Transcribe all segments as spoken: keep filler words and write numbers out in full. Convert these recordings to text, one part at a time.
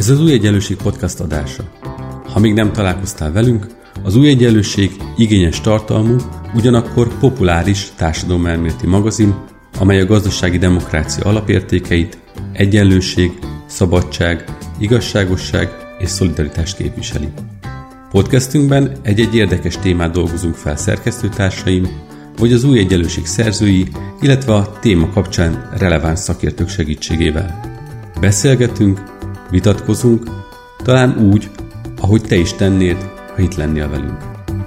Ez az Új Egyenlőség podcast adása. Ha még nem találkoztál velünk, az Új Egyenlőség igényes tartalmú, ugyanakkor populáris társadalomelméleti magazin, amely a gazdasági demokrácia alapértékeit, egyenlőség, szabadság, igazságosság és szolidaritást képviseli. Podcastünkben egy-egy érdekes témát dolgozunk fel szerkesztőtársaim, vagy az Új Egyenlőség szerzői, illetve a téma kapcsán releváns szakértők segítségével. Beszélgetünk, vitatkozunk, talán úgy, ahogy te is tennéd, ha itt lennél velünk.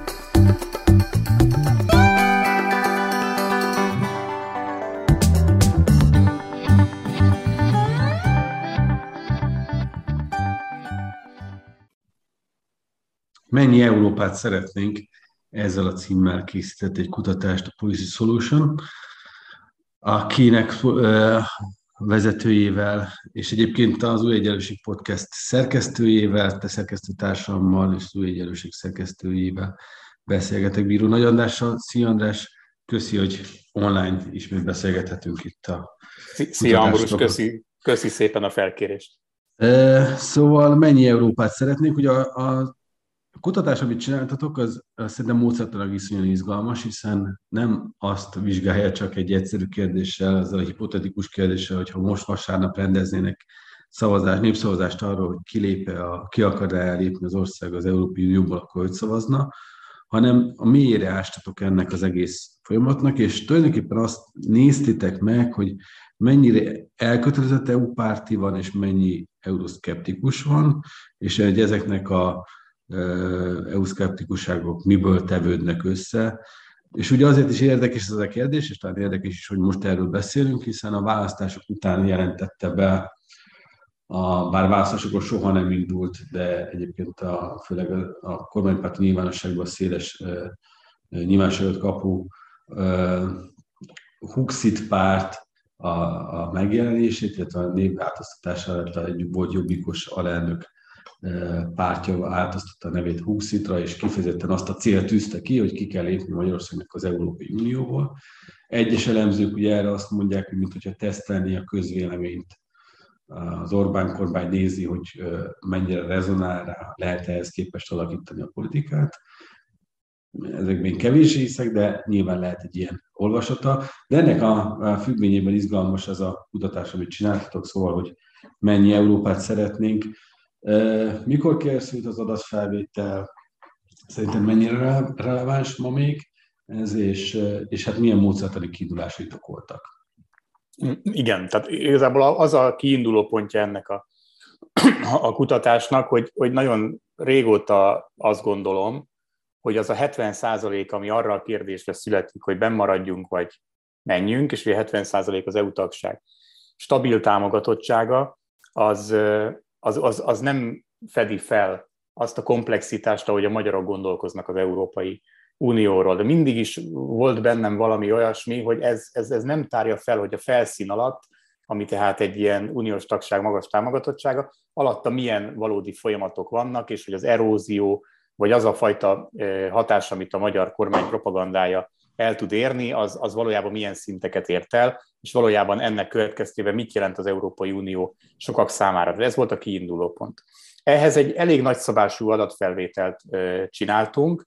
Mennyi Európát szeretnénk? Ezzel a címmel készített egy kutatást a Policy Solution, akinek vezetőjével, és egyébként az Új Egyenlőség podcast szerkesztőjével, te szerkesztőtársammal és az Új Egyenlőség szerkesztőjével beszélgetek Bíró Nagy Andrással. Szia András, köszi, hogy online ismét beszélgethetünk itt a Szia Ambrus, köszi, köszi szépen a felkérést. Szóval mennyi Európát szeretnénk? Ugye a, a A kutatás, amit csináltatok, az, az szerintem módszertanilag iszonyan izgalmas, hiszen nem azt vizsgálja csak egy egyszerű kérdéssel, azzal a hipotetikus kérdéssel, hogy ha most vasárnap rendeznének szavazás, népszavazást arról, hogy kilép-e a, ki akar elépni az ország az Európai Unióból, akkor hogy szavazna, hanem a mélyére ástatok ennek az egész folyamatnak, és tulajdonképpen azt néztétek meg, hogy mennyire elkötelezett é u-párti van, és mennyi euroszkeptikus van, és hogy ezeknek a é u-szkeptikusságok miből tevődnek össze. És ugye azért is érdekes ez a kérdés, és talán érdekes is, hogy most erről beszélünk, hiszen a választások után jelentette be, a, bár választásokon soha nem indult, de egyébként a, főleg a, a kormánypárti nyilvánosságban széles uh, nyilvánosságot kapó uh, Huxit párt a, a megjelenését, illetve a névváltoztatására egy volt jobbikos alelnök pártja változtatta a nevét Huxitra, és kifejezetten azt a célt tűzte ki, hogy ki kell lépni Magyarországnak az Európai Unióból. Egyes elemzők ugye erre azt mondják, hogy mintha tesztelni a közvéleményt. Az Orbán kormány nézi, hogy mennyire rezonál rá, lehet ehhez képest alakítani a politikát. Ezekben kevés hiszek, de nyilván lehet egy ilyen olvasata. De ennek a függvényében izgalmas ez a kutatás, amit csináltatok, szóval, hogy mennyi Európát szeretnénk. Mikor készült az adatfelvétel? Szerintem mennyire releváns ma még ez, és, és hát milyen módszertani kiindulásaitok voltak? Igen, tehát igazából az a kiinduló pontja ennek a, a kutatásnak, hogy, hogy nagyon régóta azt gondolom, hogy az a hetven százalék, ami arra a kérdésre születik, hogy benn maradjunk, vagy menjünk, és ugye hetven százalék az é u-tagság stabil támogatottsága, az Az, az, az nem fedi fel azt a komplexitást, ahogy a magyarok gondolkoznak az Európai Unióról. De mindig is volt bennem valami olyasmi, hogy ez, ez, ez nem tárja fel, hogy a felszín alatt, ami tehát egy ilyen uniós tagság magas támogatottsága, alatta milyen valódi folyamatok vannak, és hogy az erózió, vagy az a fajta hatás, amit a magyar kormány propagandája el tud érni, az, az valójában milyen szinteket ért el, és valójában ennek következtében mit jelent az Európai Unió sokak számára. De ez volt a kiinduló pont. Ehhez egy elég nagyszabású adatfelvételt csináltunk.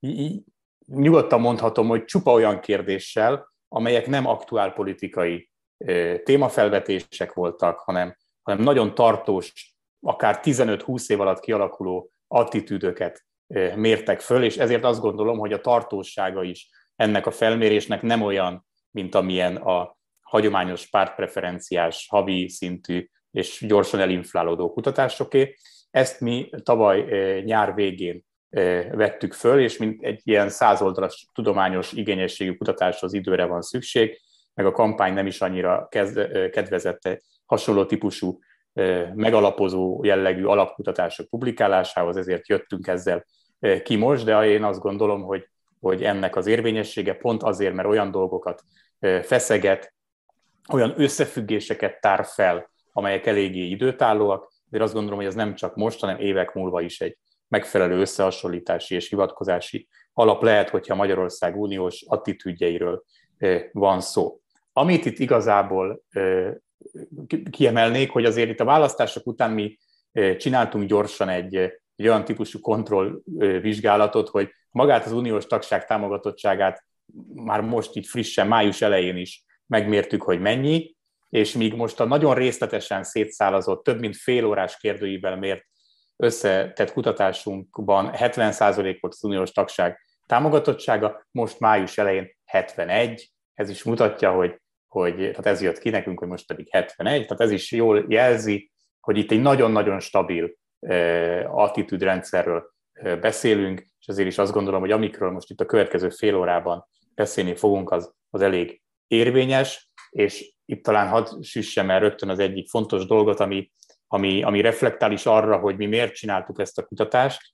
Nyugodtan mondhatom, hogy csupa olyan kérdéssel, amelyek nem aktuálpolitikai témafelvetések voltak, hanem, hanem nagyon tartós, akár tizenöt-húsz év alatt kialakuló attitűdöket mértek föl, és ezért azt gondolom, hogy a tartósága is ennek a felmérésnek nem olyan, mint amilyen a hagyományos pártpreferenciás, havi szintű és gyorsan elinflálódó kutatásoké. Ezt mi tavaly nyár végén vettük föl, és mint egy ilyen százoldalas tudományos igényességű kutatáshoz időre van szükség, meg a kampány nem is annyira kedvezett hasonló típusú megalapozó jellegű alapkutatások publikálásához, ezért jöttünk ezzel ki most, de én azt gondolom, hogy hogy ennek az érvényessége pont azért, mert olyan dolgokat feszeget, olyan összefüggéseket tár fel, amelyek eléggé időtállóak, de azt gondolom, hogy ez nem csak most, hanem évek múlva is egy megfelelő összehasonlítási és hivatkozási alap lehet, hogyha Magyarország uniós attitűdjeiről van szó. Amit itt igazából kiemelnék, hogy azért itt a választások után mi csináltunk gyorsan egy, egy olyan típusú kontrollvizsgálatot, hogy magát az uniós tagság támogatottságát már most így frissen, május elején is megmértük, hogy mennyi, és míg most a nagyon részletesen szétszálazott, több mint fél órás kérdőível mért összetett kutatásunkban hetven százalék volt az uniós tagság támogatottsága, most május elején hetvenegy, ez is mutatja, hogy, hogy tehát ez jött ki nekünk, hogy most pedig hetvenegy, tehát ez is jól jelzi, hogy itt egy nagyon-nagyon stabil eh, attitűdrendszerről eh, beszélünk, és ezért is azt gondolom, hogy amikről most itt a következő fél órában beszélni fogunk, az, az elég érvényes, és itt talán hadd süssem el rögtön az egyik fontos dolgot, ami, ami, ami reflektál is arra, hogy mi miért csináltuk ezt a kutatást.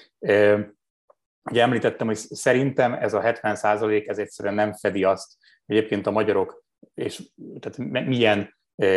Ugye említettem, hogy szerintem ez a hetven százalék, ez egyszerűen nem fedi azt, hogy egyébként a magyarok és tehát milyen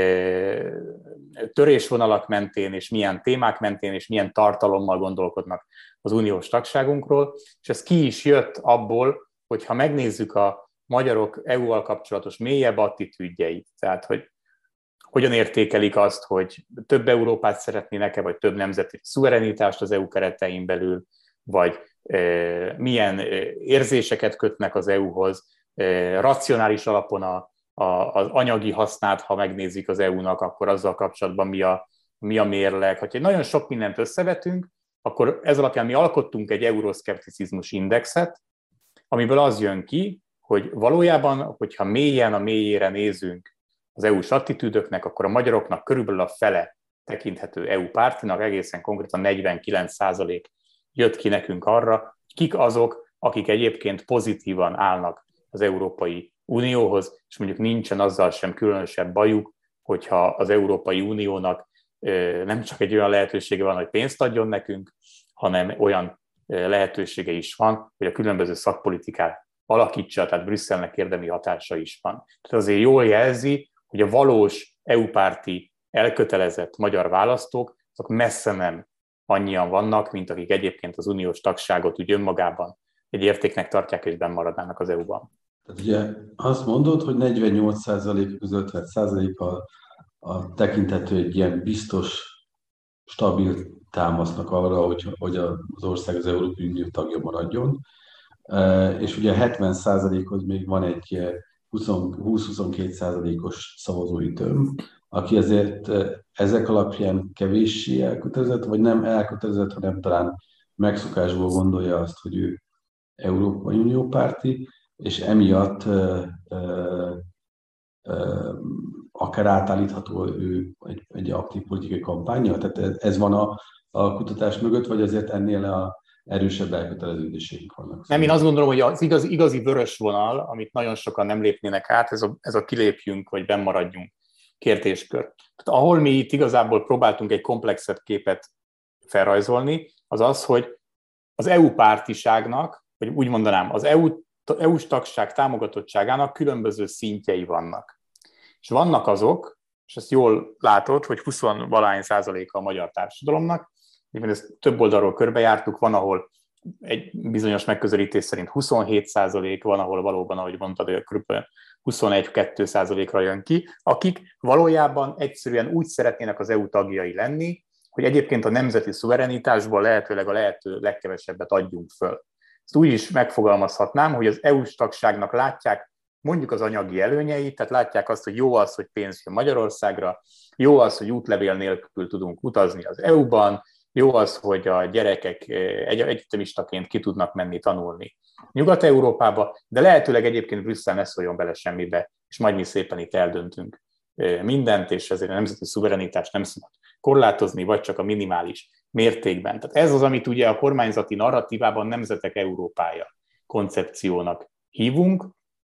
törésvonalak mentén, és milyen témák mentén, és milyen tartalommal gondolkodnak az uniós tagságunkról, és ez ki is jött abból, hogy ha megnézzük a magyarok é u-val kapcsolatos mélyebb attitűdjeit, tehát hogy hogyan értékelik azt, hogy több Európát szeretnének-e, vagy több nemzeti szuverenitást az é u keretein belül, vagy e, milyen érzéseket kötnek az é u-hoz, e, racionális alapon a, a, az anyagi hasznát, ha megnézzük az é u-nak, akkor azzal kapcsolatban mi a, mi a mérleg. Ha nagyon sok mindent összevetünk, akkor ez alapján mi alkottunk egy euroszkepticizmus indexet, amiből az jön ki, hogy valójában, hogyha mélyen a mélyére nézünk az é u-s attitűdöknek, akkor a magyaroknak körülbelül a fele tekinthető é u pártinak, egészen konkrétan negyvenkilenc százalék jött ki nekünk arra, kik azok, akik egyébként pozitívan állnak az Európai Unióhoz, és mondjuk nincsen azzal sem különösebb bajuk, hogyha az Európai Uniónak nem csak egy olyan lehetősége van, hogy pénzt adjon nekünk, hanem olyan lehetősége is van, hogy a különböző szakpolitikát alakítsa, tehát Brüsszelnek érdemi hatása is van. Tehát azért jól jelzi, hogy a valós é u-párti elkötelezett magyar választók, azok messze nem annyian vannak, mint akik egyébként az uniós tagságot úgy önmagában egy értéknek tartják, és benn maradnának az é u-ban. Tehát ugye azt mondod, hogy negyvennyolc százalék közül ötven százalék a, a tekintető egy ilyen biztos, stabil támasznak arra, hogy, hogy az ország az Európai Unió tagja maradjon. És ugye a hetven százalékhoz még van egy húsz-huszonkettő százalékos szavazói tömb, aki azért ezek alapján kevéssé elkötelezett, vagy nem elkötelezett, hanem talán megszokásból gondolja azt, hogy ő Európai Unió párti, és emiatt ö, ö, ö, akár átállítható ő egy, egy aktív politikai kampánya. Tehát ez van a, a kutatás mögött, vagy azért ennél a erősebb elköteleződéseink vannak? Nem, én azt gondolom, hogy az igazi, igazi vörös vonal, amit nagyon sokan nem lépnének át, ez a, ez a kilépjünk, vagy benn maradjunk kérdéskör. Tehát ahol mi itt igazából próbáltunk egy komplexebb képet felrajzolni, az az, hogy az é u pártiságnak, vagy úgy mondanám, az é u, é u-s tagság támogatottságának különböző szintjei vannak. És vannak azok, és ezt jól látod, hogy húsz-valahány százaléka a magyar társadalomnak, ezt több oldalról körbejártuk, van, ahol egy bizonyos megközelítés szerint huszonhét százalék, van, ahol valóban, ahogy mondtad, kb. huszonegy-kettő százalékra jön ki, akik valójában egyszerűen úgy szeretnének az é u tagjai lenni, hogy egyébként a nemzeti szuverenitásból lehetőleg a lehető legkevesebbet adjunk föl. Ezt úgy is megfogalmazhatnám, hogy az é u-s tagságnak látják mondjuk az anyagi előnyeit, tehát látják azt, hogy jó az, hogy pénz jön Magyarországra, jó az, hogy útlevél nélkül tudunk utazni az é u-ban, jó az, hogy a gyerekek egy- egyetemistaként ki tudnak menni tanulni Nyugat-Európába, de lehetőleg egyébként Brüsszel ne szóljon bele semmibe, és majd mi szépen itt eldöntünk mindent, és ezért a nemzeti szuverenitást nem szabad korlátozni, vagy csak a minimális mértékben. Tehát ez az, amit ugye a kormányzati narratívában nemzetek Európája koncepciónak hívunk,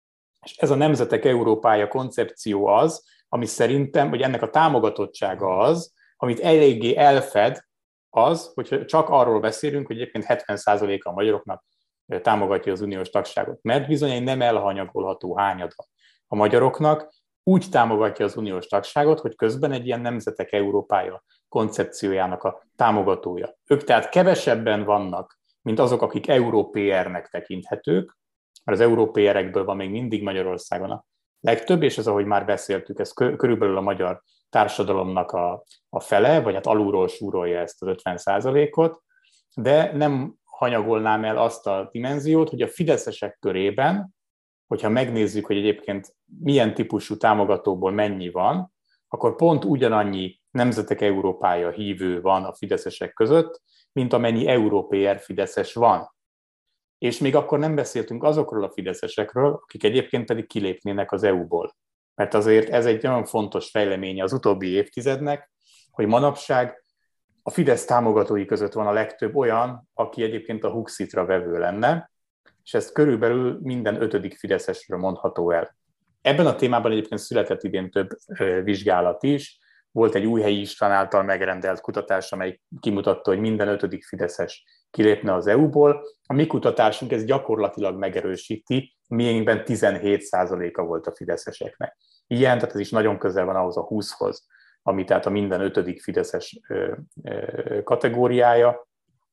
és ez a nemzetek Európája koncepció az, ami szerintem, hogy ennek a támogatottsága az, amit eléggé elfed az, hogy csak arról beszélünk, hogy egyébként hetven százaléka a magyaroknak támogatja az uniós tagságot, mert bizony egy nem elhanyagolható hányada a magyaroknak úgy támogatja az uniós tagságot, hogy közben egy ilyen nemzetek Európája koncepciójának a támogatója. Ők tehát kevesebben vannak, mint azok, akik európérnek tekinthetők, mert az európérekből van még mindig Magyarországon a legtöbb, és ez, ahogy már beszéltük, ez körülbelül a magyar társadalomnak a, a fele, vagy hát alulról súrolja ezt az ötven százalékot, de nem hanyagolnám el azt a dimenziót, hogy a fideszesek körében, hogyha megnézzük, hogy egyébként milyen típusú támogatóból mennyi van, akkor pont ugyanannyi nemzetek Európája hívő van a fideszesek között, mint amennyi európér fideszes van. És még akkor nem beszéltünk azokról a fideszesekről, akik egyébként pedig kilépnének az é u-ból. Mert azért ez egy nagyon fontos fejleménye az utóbbi évtizednek, hogy manapság a Fidesz támogatói között van a legtöbb olyan, aki egyébként a Huxitra vevő lenne, és ez körülbelül minden ötödik fideszesről mondható el. Ebben a témában egyébként született idén több vizsgálat is. Volt egy Újhelyi István által megrendelt kutatás, amely kimutatta, hogy minden ötödik fideszes kilépne az é u-ból. A mi kutatásunk ez gyakorlatilag megerősíti, miénkben tizenhét százaléka volt a fideszeseknek. Ilyen, tehát ez is nagyon közel van ahhoz a húszhoz, ami tehát a minden ötödik fideszes kategóriája.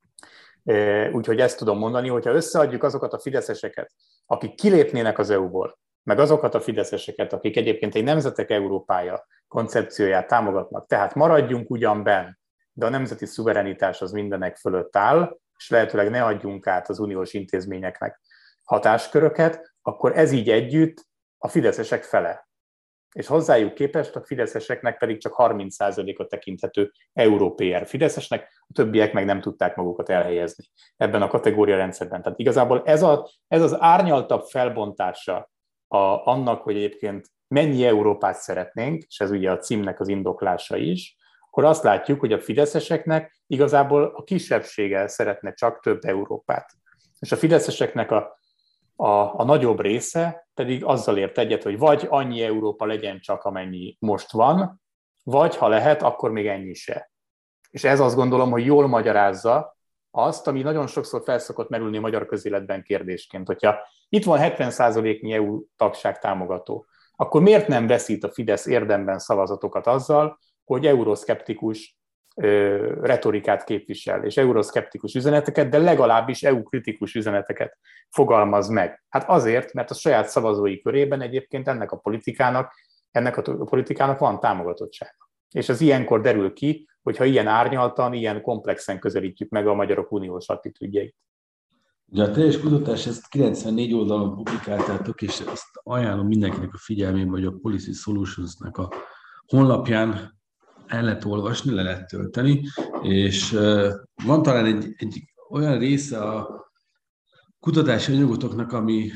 Úgyhogy ezt tudom mondani, hogyha összeadjuk azokat a fideszeseket, akik kilépnének az é u-ból, meg azokat a fideszeseket, akik egyébként egy nemzetek Európája koncepcióját támogatnak, tehát maradjunk ugyan benn, de a nemzeti szuverenitás az mindenek fölött áll, és lehetőleg ne adjunk át az uniós intézményeknek hatásköröket, akkor ez így együtt a fideszesek fele. És hozzájuk képest a fideszeseknek pedig csak harminc százaléka tekinthető európér fideszesnek, a többiek meg nem tudták magukat elhelyezni ebben a kategóriarendszerben. Tehát igazából ez, a, ez az árnyaltabb felbontása a, annak, hogy egyébként mennyi Európát szeretnénk, és ez ugye a címnek az indoklása is, akkor azt látjuk, hogy a fideszeseknek igazából a kisebbsége szeretne csak több Európát. És a fideszeseknek a, a, a nagyobb része pedig azzal ért egyet, hogy vagy annyi Európa legyen csak, amennyi most van, vagy ha lehet, akkor még ennyi se. És ez azt gondolom, hogy jól magyarázza azt, ami nagyon sokszor felszokott merülni a magyar közéletben kérdésként, hogyha itt van hetven százaléknyi é u tagság támogató, akkor miért nem veszít a Fidesz érdemben szavazatokat azzal, hogy euroszkeptikus ö, retorikát képvisel, és euroszkeptikus üzeneteket, de legalábbis é u-kritikus üzeneteket fogalmaz meg. Hát azért, mert a saját szavazói körében egyébként ennek a politikának, ennek a politikának van támogatottsága. És ez ilyenkor derül ki, hogyha ilyen árnyaltan, ilyen komplexen közelítjük meg a magyarok uniós attitűdjeit. Ugye a teljes kutatás ezt kilencvennégy oldalon publikáltátok, és ezt ajánlom mindenkinek a figyelmébe, hogy a Policy Solutions-nak a honlapján el lehet olvasni, le lehet tölteni, és van talán egy, egy olyan része a kutatási anyagotoknak, ami,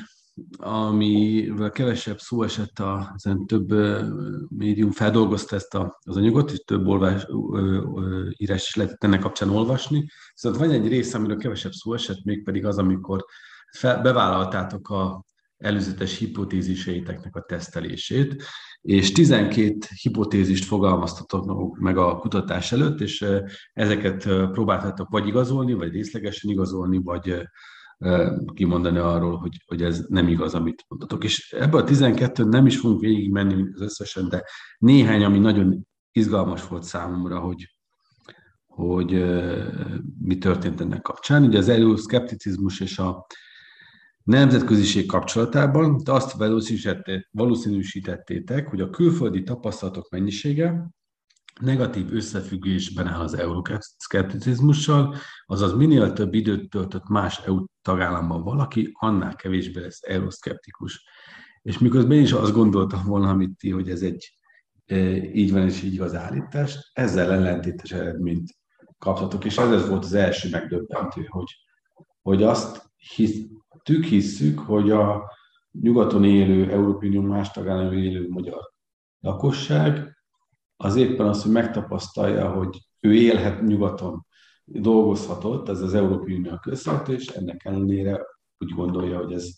amivel kevesebb szó esett, a, ezen több médium feldolgozta ezt a, az anyagot, és több olvás, írás is lehetett ennek kapcsán olvasni. Viszont van egy része, amiről kevesebb szó esett, mégpedig az, amikor fel, bevállaltátok a előzetes hipotéziseiteknek a tesztelését, és tizenkét hipotézist fogalmaztatok meg a kutatás előtt, és ezeket próbáltátok vagy igazolni, vagy részlegesen igazolni, vagy kimondani arról, hogy, hogy ez nem igaz, amit mondatok. És ebből a tizenkettőn nem is fogunk végig menni az összesen, de néhány, ami nagyon izgalmas volt számomra, hogy, hogy mi történt ennek kapcsán. Ugye az euroszkepticizmus és a nemzetköziség kapcsolatában de azt valószínűsítettétek, hogy a külföldi tapasztalatok mennyisége negatív összefüggésben áll az euroszkepticizmussal, azaz minél több időt töltött más é u tagállamban valaki, annál kevésbé lesz euroszkeptikus. És miközben én is azt gondoltam volna, amit ti, hogy ez egy e, így van és így az állítás, ezzel ellentétes eredményt kaptatok, és ez volt az első megdöbbentő, hogy, hogy azt hisztük, hisszük, hogy a nyugaton élő, Európai Unió más tagállamban élő magyar lakosság az éppen az, hogy megtapasztalja, hogy ő élhet nyugaton, dolgozhatott, ez az Európai Unió köszönhető, és ennek ellenére úgy gondolja, hogy ez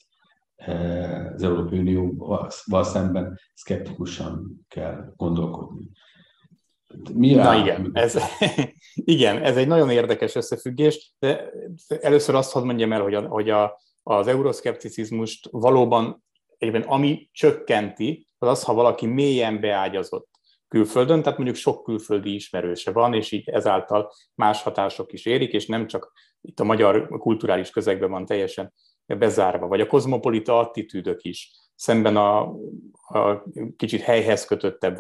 az Európai Unióval szemben szkeptikusan kell gondolkodni. Mi Na igen, ez, igen, ez egy nagyon érdekes összefüggés, de először azt hadd mondjam el, hogy, a, hogy a, az euroszkepticizmust valóban egyben ami csökkenti, az az, ha valaki mélyen beágyazott külföldön, tehát mondjuk sok külföldi ismerőse van, és így ezáltal más hatások is érik, és nem csak itt a magyar kulturális közegben van teljesen bezárva, vagy a kozmopolita attitűdök is, szemben a, a kicsit helyhez kötöttebb, vagy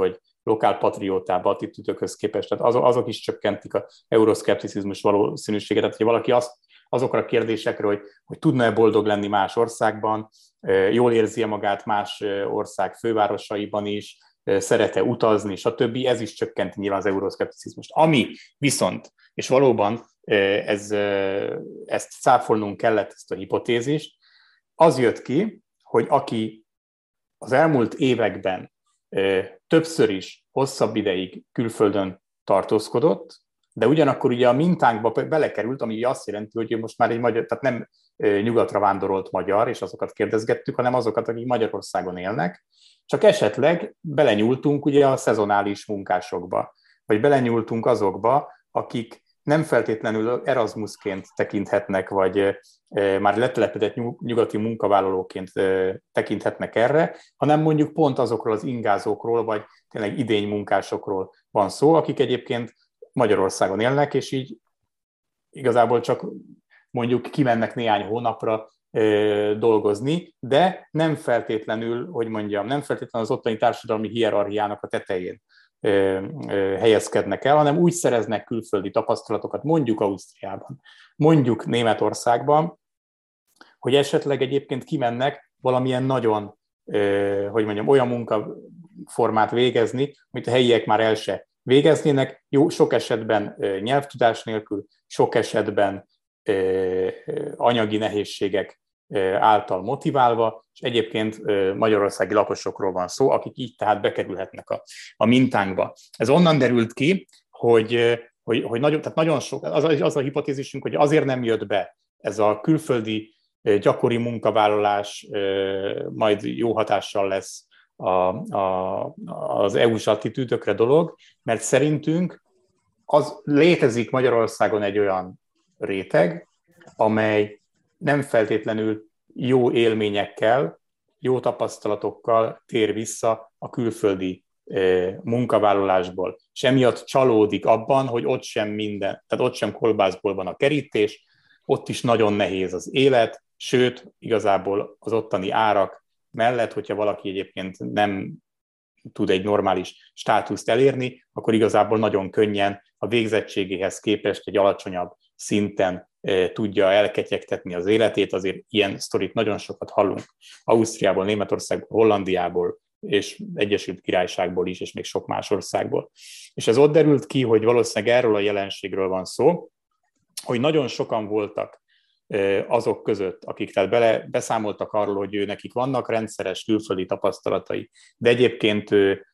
lokálpatriótább attitűdökhöz képest. Tehát azok is csökkentik az euroszkepticizmus valószínűséget. Tehát, hogy valaki azt, azokra a kérdésekre, hogy, hogy tudna-e boldog lenni más országban, jól érzi-e magát más ország fővárosaiban is, szeret-e utazni, stb. Ez is csökkenti nyilván az euroszkepticizmust. Ami viszont, és valóban ez, ezt cáfolnunk kellett, ezt a hipotézist, az jött ki, hogy aki az elmúlt években többször is hosszabb ideig külföldön tartózkodott, de ugyanakkor ugye a mintánkba belekerült, ami azt jelenti, hogy most már egy magyar, tehát nem nyugatra vándorolt magyar, és azokat kérdezgettük, hanem azokat, akik Magyarországon élnek, csak esetleg belenyúltunk ugye a szezonális munkásokba, vagy belenyúltunk azokba, akik nem feltétlenül Erasmusként tekinthetnek, vagy már letelepedett nyugati munkavállalóként tekinthetnek erre, hanem mondjuk pont azokról az ingázókról, vagy tényleg idénymunkásokról van szó, akik egyébként Magyarországon élnek, és így igazából csak mondjuk kimennek néhány hónapra dolgozni, de nem feltétlenül, hogy mondjam, nem feltétlenül az ottani társadalmi hierarchiának a tetején helyezkednek el, hanem úgy szereznek külföldi tapasztalatokat, mondjuk Ausztriában, mondjuk Németországban, hogy esetleg egyébként kimennek valamilyen nagyon, hogy mondjam, olyan munkaformát végezni, amit a helyiek már el se végeznének, jó, sok esetben nyelvtudás nélkül, sok esetben anyagi nehézségek által motiválva, és egyébként magyarországi lakosokról van szó, akik így tehát bekerülhetnek a, a mintánkba. Ez onnan derült ki, hogy, hogy, hogy nagyon, tehát nagyon sok, az, az a hipotézisünk, hogy azért nem jött be ez a külföldi gyakori munkavállalás, majd jó hatással lesz a, a, az é u-s attitűdökre dolog, mert szerintünk az létezik Magyarországon egy olyan réteg, amely nem feltétlenül jó élményekkel, jó tapasztalatokkal tér vissza a külföldi munkavállalásból. És emiatt csalódik abban, hogy ott sem minden, tehát ott sem kolbászból van a kerítés, ott is nagyon nehéz az élet, sőt, igazából az ottani árak mellett, hogyha valaki egyébként nem tud egy normális státuszt elérni, akkor igazából nagyon könnyen a végzettségéhez képest egy alacsonyabb szinten tudja elketyegtetni az életét, azért ilyen sztorit nagyon sokat hallunk Ausztriából, Németországból, Hollandiából, és Egyesült Királyságból is, és még sok más országból. És ez ott derült ki, hogy valószínűleg erről a jelenségről van szó, hogy nagyon sokan voltak azok között, akik tehát bele, beszámoltak arról, hogy ő, nekik vannak rendszeres külföldi tapasztalatai, de egyébként ő,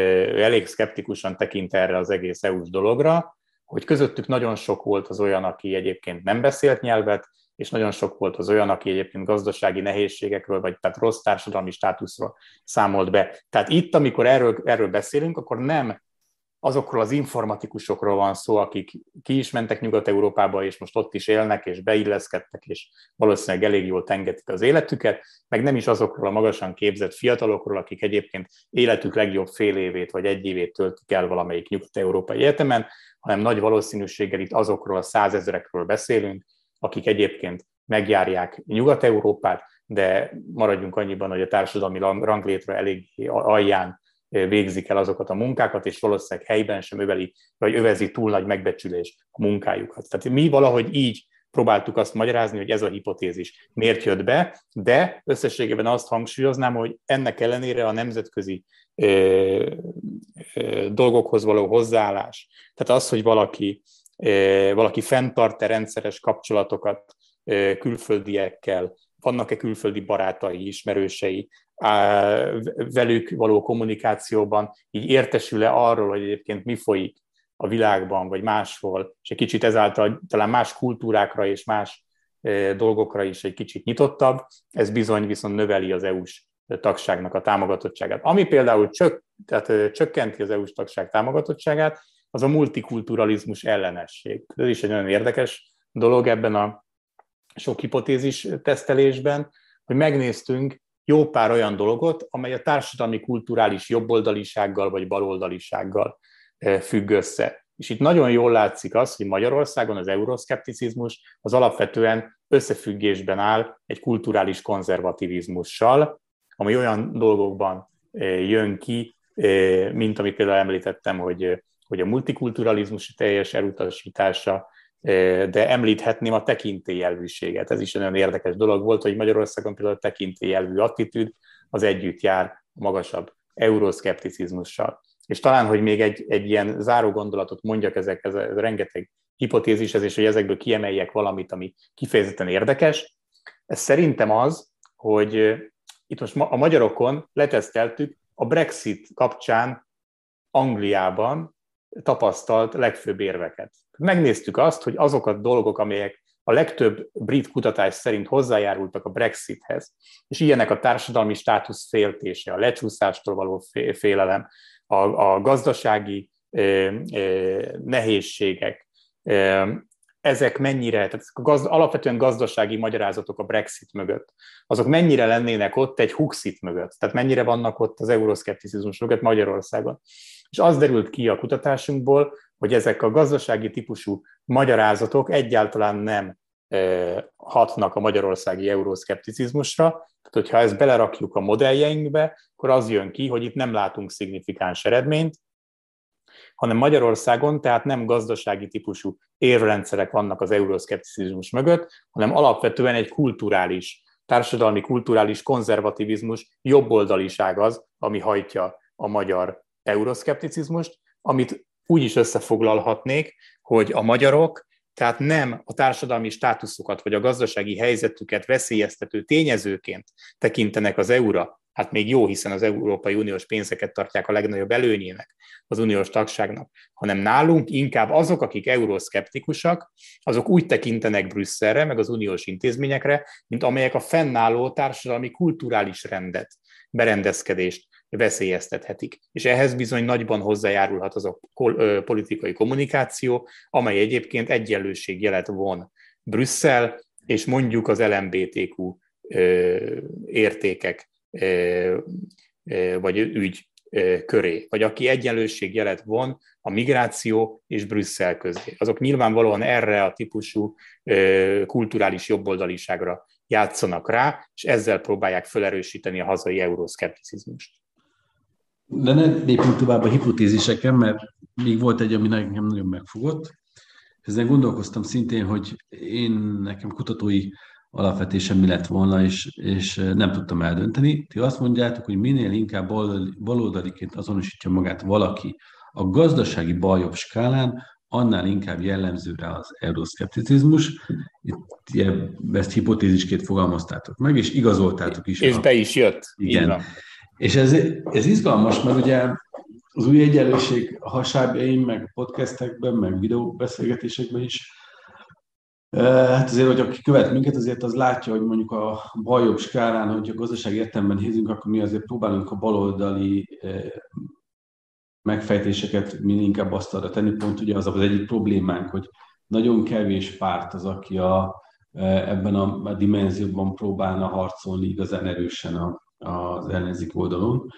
ő elég szkeptikusan tekint erre az egész é u-s dologra, hogy közöttük nagyon sok volt az olyan, aki egyébként nem beszélt nyelvet, és nagyon sok volt az olyan, aki egyébként gazdasági nehézségekről, vagy tehát rossz társadalmi státuszról számolt be. Tehát itt, amikor erről, erről beszélünk, akkor nem azokról az informatikusokról van szó, akik ki is mentek Nyugat-Európába, és most ott is élnek, és beilleszkedtek, és valószínűleg elég jól tengetik az életüket, meg nem is azokról a magasan képzett fiatalokról, akik egyébként életük legjobb fél évét, vagy egy évét töltik el valamelyik nyugat-európai egyetemen, hanem nagy valószínűséggel itt azokról a százezerekről beszélünk, akik egyébként megjárják Nyugat-Európát, de maradjunk annyiban, hogy a társadalmi ranglétre elég alján végzik el azokat a munkákat, és valószínűleg helyben sem öveli, vagy övezi túl nagy megbecsülés a munkájukat. Tehát mi valahogy így próbáltuk azt magyarázni, hogy ez a hipotézis miért jött be, de összességében azt hangsúlyoznám, hogy ennek ellenére a nemzetközi ö, ö, dolgokhoz való hozzáállás, tehát az, hogy valaki, ö, valaki fenntart-e rendszeres kapcsolatokat ö, külföldiekkel, vannak-e külföldi barátai, ismerősei, velük való kommunikációban, így értesül-e arról, hogy egyébként mi folyik a világban, vagy máshol, és egy kicsit ezáltal talán más kultúrákra és más dolgokra is egy kicsit nyitottabb, ez bizony viszont növeli az é u-s tagságnak a támogatottságát. Ami például csök, tehát csökkenti az é u-s tagság támogatottságát, az a multikulturalizmus ellenesség. Ez is egy nagyon érdekes dolog ebben a sok hipotézis tesztelésben, hogy megnéztünk jó pár olyan dolgot, amely a társadalmi kulturális jobboldalisággal vagy baloldalisággal függ össze. És itt nagyon jól látszik az, hogy Magyarországon az euroszkepticizmus az alapvetően összefüggésben áll egy kulturális konzervativizmussal, ami olyan dolgokban jön ki, mint amit például említettem, hogy, hogy a multikulturalizmus teljes elutasítása, de említhetném a tekintélyelvűséget. Ez is egy nagyon érdekes dolog volt, hogy Magyarországon például a tekintélyelvű attitűd az együtt jár a magasabb euroszkepticizmussal. És talán, hogy még egy, egy ilyen záró gondolatot mondjak ezekhez, ez a rengeteg hipotézishez, és hogy ezekből kiemeljek valamit, ami kifejezetten érdekes. Ez szerintem az, hogy itt most a magyarokon leteszteltük a Brexit kapcsán Angliában tapasztalt legfőbb érveket. Megnéztük azt, hogy azok a dolgok, amelyek a legtöbb brit kutatás szerint hozzájárultak a Brexithez, és ilyenek a társadalmi státusz féltése, a lecsúszástól való félelem, a, a gazdasági eh, eh, nehézségek, eh, ezek mennyire, tehát gaz, alapvetően gazdasági magyarázatok a Brexit mögött, azok mennyire lennének ott egy Huxit mögött, tehát mennyire vannak ott az euroszkepticizmus mögött Magyarországon. És az derült ki a kutatásunkból, hogy ezek a gazdasági típusú magyarázatok egyáltalán nem e, hatnak a magyarországi euroszkepticizmusra. Tehát, hogyha ezt belerakjuk a modelljeinkbe, akkor az jön ki, hogy itt nem látunk szignifikáns eredményt, hanem Magyarországon, tehát nem gazdasági típusú érvrendszerek vannak az euroszkepticizmus mögött, hanem alapvetően egy kulturális, társadalmi kulturális konzervativizmus, jobboldaliság az, ami hajtja a magyar euroszkepticizmust, amit úgy is összefoglalhatnék, hogy a magyarok, tehát nem a társadalmi státuszokat vagy a gazdasági helyzetüket veszélyeztető tényezőként tekintenek az euróra, hát még jó, hiszen az Európai Uniós pénzeket tartják a legnagyobb előnyének az uniós tagságnak, hanem nálunk inkább azok, akik euroszkeptikusak, azok úgy tekintenek Brüsszelre, meg az uniós intézményekre, mint amelyek a fennálló társadalmi kulturális rendet, berendezkedést veszélyeztethetik. És ehhez bizony nagyban hozzájárulhat az a politikai kommunikáció, amely egyébként egyenlőségjelet von Brüsszel, és mondjuk az el em bé té kú értékek vagy ügy köré, vagy aki egyenlőségjelet von a migráció és Brüsszel közé. Azok nyilvánvalóan erre a típusú kulturális jobboldaliságra játszanak rá, és ezzel próbálják felerősíteni a hazai euroszkepticizmust. De ne lépjünk tovább a hipotéziseken, mert még volt egy, ami nekem nagyon megfogott. Ezen gondolkoztam szintén, hogy én nekem kutatói alapvetésem mi lett volna, és, és nem tudtam eldönteni. Ti azt mondjátok, hogy minél inkább baloldaliként azonosítja magát valaki a gazdasági baljobb skálán, annál inkább jellemző rá az euroszkepticizmus. Itt ezt hipotézisként fogalmaztátok meg, és igazoltátok is. És a... be is jött. Igen. És ez, ez izgalmas, mert ugye az új egyenlőség a hasábjaim, meg podcastekben, meg videóbeszélgetésekben is, hát azért, hogy aki követ minket, azért az látja, hogy mondjuk a baljobb skálán, hogy a gazdaság értelemben nézünk, akkor mi azért próbálunk a baloldali megfejtéseket minél inkább asztalra tenni. Pont ugye az az egyik problémánk, hogy nagyon kevés párt az, aki a, ebben a dimenzióban próbálna harcolni igazán erősen a, az ellenzéki oldalon.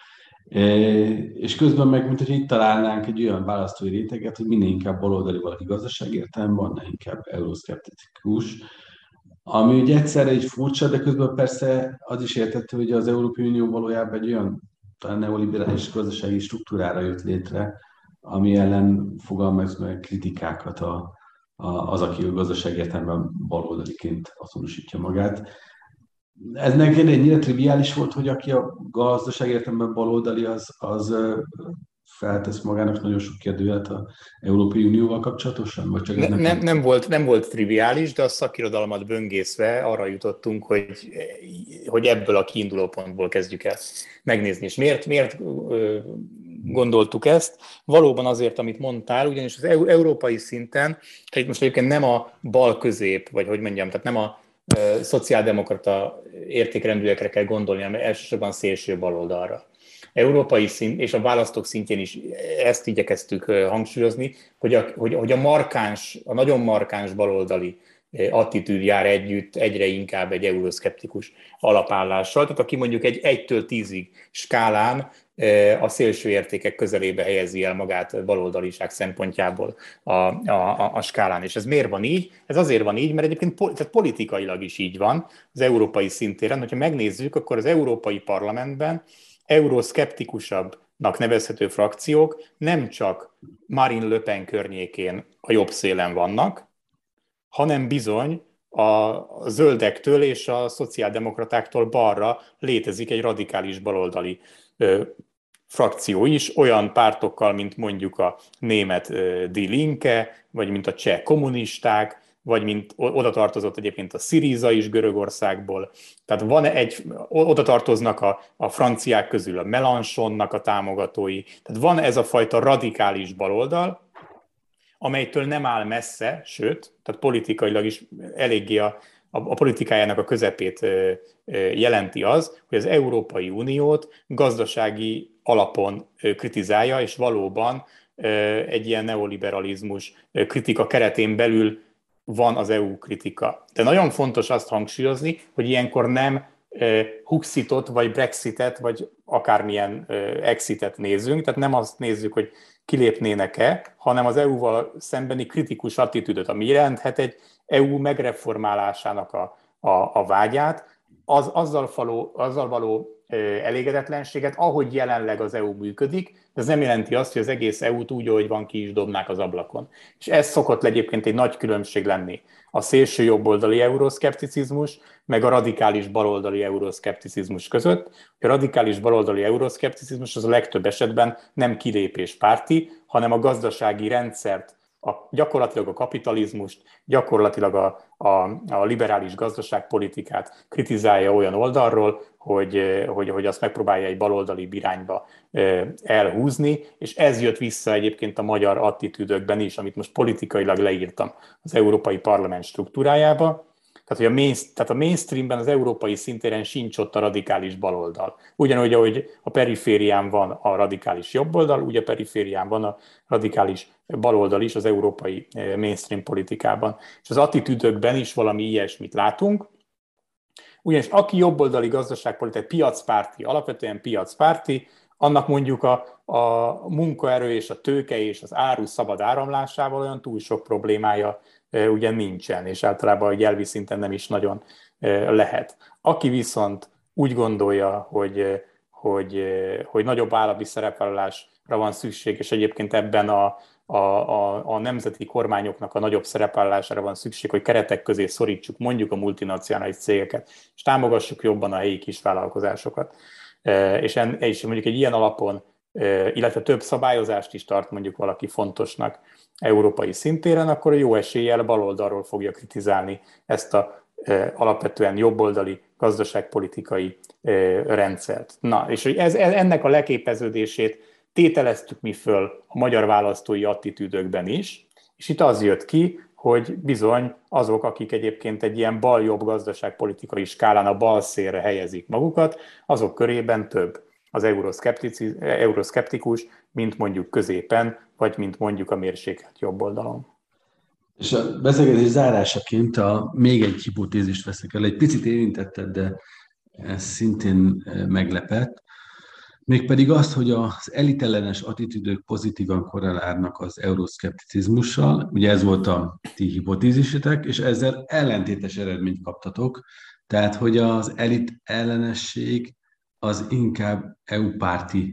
És közben meg, mint hogy itt találnánk egy olyan választói réteget, hogy minél inkább baloldali valaki gazdaság értelemben, annál inkább euroszkeptikus. Ami ugye egyszerre egy furcsa, de közben persze az is érthető, hogy az Európai Unió valójában egy olyan talán neoliberális gazdasági struktúrára jött létre, ami ellen fogalmaz meg kritikákat a, a, az, aki a gazdaság értelemben baloldaliként azonosítja magát. Ez neked ennyire triviális volt, hogy aki a gazdaság értelemben baloldali, az, az feltesz magának nagyon sok kérdőjelet az Európai Unióval kapcsolatosan? Vagy csak ne, nem, nem, volt, nem volt triviális, de a szakirodalmat böngészve arra jutottunk, hogy, hogy ebből a kiinduló pontból kezdjük el megnézni. És miért, miért gondoltuk ezt? Valóban azért, amit mondtál, ugyanis az európai szinten, tehát most egyébként nem a bal közép, vagy hogy mondjam, tehát nem a szociáldemokrata értékrendűekre kell gondolni, hanem elsősorban szélső baloldalra. Európai szint, és a választók szintjén is ezt igyekeztük hangsúlyozni, hogy a, hogy, hogy a markáns, a nagyon markáns baloldali attitűd jár együtt egyre inkább egy euroszkeptikus alapállással. Tehát aki mondjuk egy egytől tízig skálán a szélső értékek közelébe helyezi el magát baloldaliság szempontjából a, a, a skálán. És ez miért van így? Ez azért van így, mert egyébként tehát politikailag is így van az európai szintéren. Hogyha megnézzük, akkor az Európai Parlamentben euroszkeptikusabb nak nevezhető frakciók nem csak Marine Le Pen környékén a jobb szélen vannak, hanem bizony a zöldektől és a szociáldemokratáktól balra létezik egy radikális baloldali ö, frakció is, olyan pártokkal, mint mondjuk a német Die Linke, vagy mint a cseh kommunisták, vagy mint oda tartozott egyébként a Syriza is Görögországból. Tehát van egy, oda tartoznak a, a franciák közül a Mélenchonnak a támogatói. Tehát van ez a fajta radikális baloldal, amelytől nem áll messze, sőt, tehát politikailag is eléggé a, a, a politikájának a közepét ö, ö, jelenti az, hogy az Európai Uniót gazdasági alapon ö, kritizálja, és valóban ö, egy ilyen neoliberalizmus ö, kritika keretén belül van az é u kritika. De nagyon fontos azt hangsúlyozni, hogy ilyenkor nem uh, Huxitot, vagy Brexitet, vagy akármilyen uh, exitet nézzünk, tehát nem azt nézzük, hogy kilépnének-e, hanem az é u-val szembeni kritikus attitűdöt, ami jelenthet egy é u megreformálásának a, a, a vágyát, az, azzal, való, azzal való elégedetlenséget, ahogy jelenleg az é u működik, de ez nem jelenti azt, hogy az egész é u-t úgy, ahogy van, ki is dobnák az ablakon. És ez szokott egyébként egy nagy különbség lenni a szélső jobboldali euroszkepticizmus, meg a radikális baloldali euroszkepticizmus között. A radikális baloldali euroszkepticizmus az a legtöbb esetben nem kilépéspárti, hanem a gazdasági rendszert, a, gyakorlatilag a kapitalizmust, gyakorlatilag a, a, a liberális gazdaságpolitikát kritizálja olyan oldalról, hogy, hogy, hogy azt megpróbálja egy baloldali irányba elhúzni, és ez jött vissza egyébként a magyar attitűdökben is, amit most politikailag leírtam az Európai Parlament struktúrájába. Tehát, hogy a, main, tehát a mainstreamben, az európai szintéren sincs ott a radikális baloldal. Ugyanúgy, ahogy a periférián van a radikális jobboldal, úgy a periférián van a radikális baloldal is az európai mainstream politikában. És az attitűdökben is valami ilyesmit látunk. Ugyanis aki jobboldali gazdaságpolitikai, piacpárti, alapvetően piacpárti, annak mondjuk a, a munkaerő és a tőke és az áru szabad áramlásával olyan túl sok problémája e, ugye nincsen, és általában a nyelvi szinten nem is nagyon e, lehet. Aki viszont úgy gondolja, hogy, hogy, hogy nagyobb állami szerepvállalásra van szükség, és egyébként ebben a, a, a, a nemzeti kormányoknak a nagyobb szerepvállalására van szükség, hogy keretek közé szorítsuk mondjuk a multinacionális cégeket, és támogassuk jobban a helyi kisvállalkozásokat. És, en, és mondjuk egy ilyen alapon, illetve több szabályozást is tart mondjuk valaki fontosnak európai szintéren, akkor jó eséllyel baloldalról fogja kritizálni ezt a alapvetően jobboldali gazdaságpolitikai rendszert. Na, és hogy ez, ennek a leképeződését tételeztük mi föl a magyar választói attitűdökben is, és itt az jött ki, hogy bizony azok, akik egyébként egy ilyen bal-jobb gazdaságpolitikai skálán a bal szélre helyezik magukat, azok körében több az euroszkeptikus, mint mondjuk középen, vagy mint mondjuk a mérsékelt jobb oldalon. És a beszélgetés zárásaként a, még egy hipotézist veszek el, egy picit érintetted, de ez szintén meglepett, mégpedig azt, hogy az elitellenes attitűdök pozitívan korrelálnak az euroszkepticizmussal, ugye ez volt a ti hipotézisetek, és ezzel ellentétes eredményt kaptatok, tehát hogy az elit ellenesség az inkább é u-párti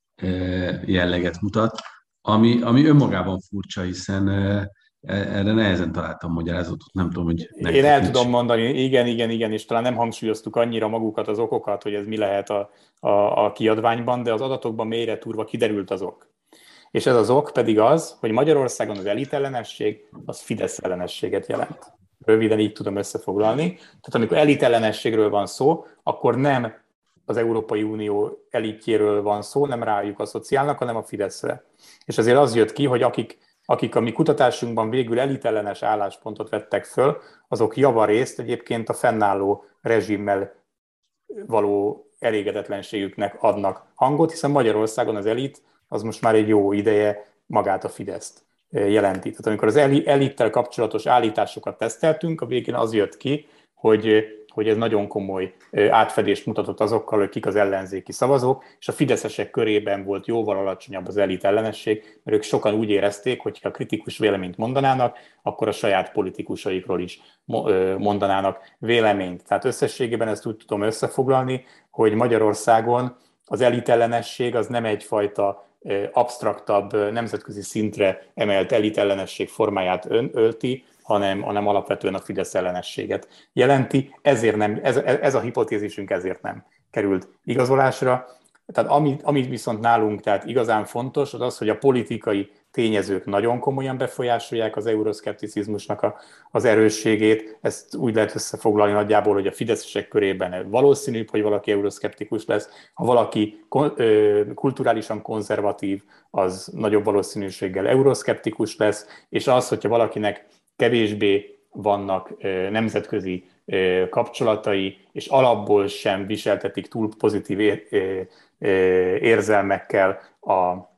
jelleget mutat, ami, ami önmagában furcsa, hiszen erre nehezen találtam magyarázatot, nem tudom, hogy... Én el tudom mondani, igen, igen, igen, és talán nem hangsúlyoztuk annyira magukat az okokat, hogy ez mi lehet a, a, a kiadványban, de az adatokban mélyre túrva kiderült az ok. És ez az ok pedig az, hogy Magyarországon az elit ellenesség, az Fidesz ellenességet jelent. Röviden így tudom összefoglalni. Tehát amikor elit ellenességről van szó, akkor nem az Európai Unió elitjéről van szó, nem rájuk asszociálnak, hanem a Fideszre. És azért az jött ki, hogy akik akik a mi kutatásunkban végül elitellenes álláspontot vettek föl, azok javarészt egyébként a fennálló rezsimmel való elégedetlenségüknek adnak hangot, hiszen Magyarországon az elit az most már egy jó ideje magát a Fideszt jelenti. Tehát amikor az elittel kapcsolatos állításokat teszteltünk, a végén az jött ki, hogy, hogy ez nagyon komoly átfedést mutatott azokkal, hogy kik az ellenzéki szavazók, és a fideszesek körében volt jóval alacsonyabb az elit ellenesség, mert ők sokan úgy érezték, hogy ha kritikus véleményt mondanának, akkor a saját politikusaikról is mondanának véleményt. Tehát összességében ezt úgy tudom összefoglalni, hogy Magyarországon az elitellenesség az nem egyfajta absztraktabb, nemzetközi szintre emelt elitellenesség formáját ölti, hanem, hanem alapvetően a Fidesz ellenességet jelenti. Ezért nem, ez, ez a hipotézisünk ezért nem került igazolásra. Tehát amit, amit viszont nálunk tehát igazán fontos, az az, hogy a politikai tényezők nagyon komolyan befolyásolják az euroszkepticizmusnak a, az erősségét. Ezt úgy lehet összefoglalni nagyjából, hogy a fideszesek körében valószínűbb, hogy valaki euroszkeptikus lesz. Ha valaki kulturálisan konzervatív, az nagyobb valószínűséggel euroszkeptikus lesz, és az, hogyha valakinek kevésbé vannak nemzetközi kapcsolatai, és alapból sem viseltetik túl pozitív érzelmekkel a,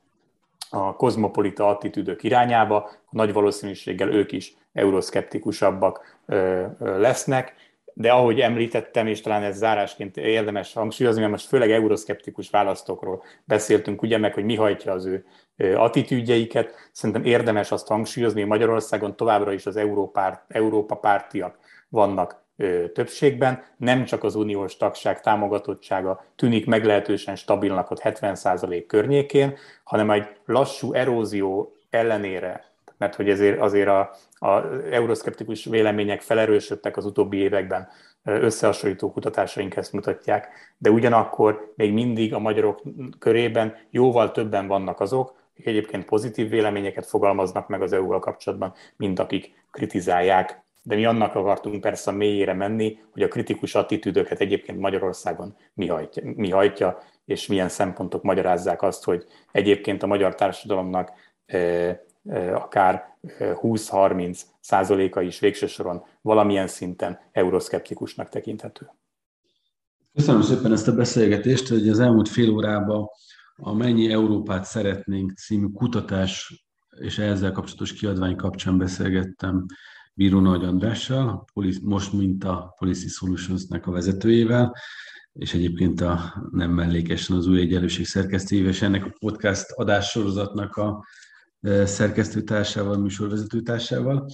a kozmopolita attitűdök irányába, nagy valószínűséggel ők is euroszkeptikusabbak lesznek, de ahogy említettem, és talán ez zárásként érdemes hangsúlyozni, mert most főleg euroszkeptikus választókról beszéltünk, ugye meg, hogy mi hajtja az ő attitűdjeiket. Szerintem érdemes azt hangsúlyozni, hogy Magyarországon továbbra is az Európá, Európa pártiak vannak többségben, nem csak az uniós tagság támogatottsága tűnik meglehetősen stabilnak ott hetven százalék környékén, hanem egy lassú erózió ellenére, mert hogy ezért azért az euroszkeptikus vélemények felerősödtek az utóbbi években, összehasonlító kutatásaink ezt mutatják, de ugyanakkor még mindig a magyarok körében jóval többen vannak azok, akik egyébként pozitív véleményeket fogalmaznak meg az é u-val kapcsolatban, mint akik kritizálják. De mi annak akartunk persze a mélyére menni, hogy a kritikus attitűdöket egyébként Magyarországon mi hajtja, mi hajtja, és milyen szempontok magyarázzák azt, hogy egyébként a magyar társadalomnak e, e, akár húsz-harminc százaléka is végső soron valamilyen szinten euroszkeptikusnak tekinthető. Köszönöm szépen ezt a beszélgetést, hogy az elmúlt fél órában a Mennyi Európát szeretnénk című kutatás és ezzel kapcsolatos kiadvány kapcsán beszélgettem Bíró Nagy Andrással, most mint a Policy Solutions-nek a vezetőjével, és egyébként a nem mellékesen az Új Egyenlőség szerkesztőjével, és ennek a podcast adássorozatnak a szerkesztőtársával, műsorvezetőtársával.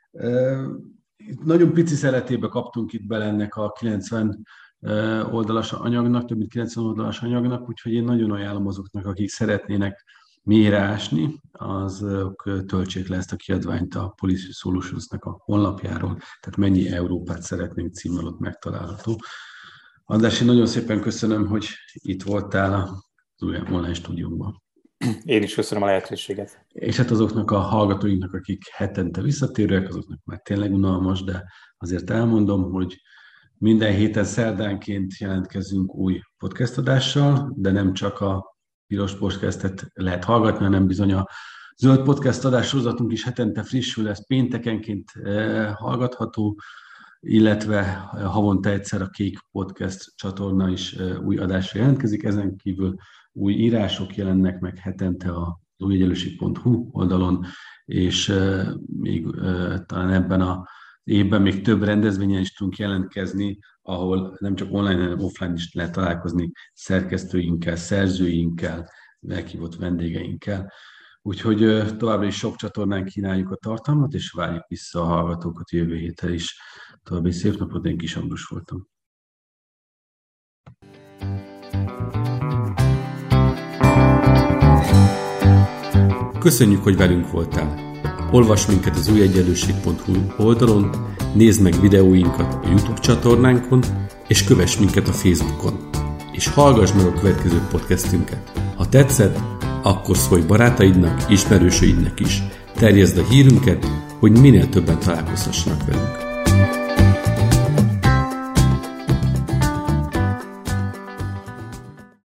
Nagyon pici szeletébe kaptunk itt bele ennek a kilencven oldalas anyagnak, több mint kilencven oldalas anyagnak, úgyhogy én nagyon ajánlom azoknak, akik szeretnének mélyre ásni, azok töltsék le ezt a kiadványt a Policy Solutions-nak a honlapjáról, tehát Mennyi Európát szeretnénk címmel ott megtalálható. András, én nagyon szépen köszönöm, hogy itt voltál az online stúdióban. Én is köszönöm a lehetőséget. És hát azoknak a hallgatóinknak, akik hetente visszatérőek, azoknak már tényleg unalmas, de azért elmondom, hogy minden héten szerdánként jelentkezünk új podcast adással, de nem csak a piros podcastet lehet hallgatni, hanem bizony a zöld podcast adássorozatunk is hetente frissül, ez péntekenként hallgatható, illetve havonta egyszer a Kék Podcast csatorna is új adásra jelentkezik, ezen kívül új írások jelennek meg hetente az új egyenlőség pont hu oldalon, és még talán ebben a évben még több rendezvényen is tudunk jelentkezni, ahol nem csak online, hanem offline is lehet találkozni szerkesztőinkkel, szerzőinkkel, meghívott vendégeinkkel. Úgyhogy továbbra is sok csatornán kínáljuk a tartalmat, és várjuk vissza a hallgatókat jövő héten is. További szép napot, én Kis Ambrus voltam. Köszönjük, hogy velünk voltál! Olvasd minket az új egyenlőség pont hu oldalon, nézd meg videóinkat a YouTube csatornánkon, és kövess minket a Facebookon. És hallgass meg a következő podcastünket. Ha tetszett, akkor szólj barátaidnak, ismerősöidnek is. Terjeszd a hírünket, hogy minél többen találkozhassanak velünk.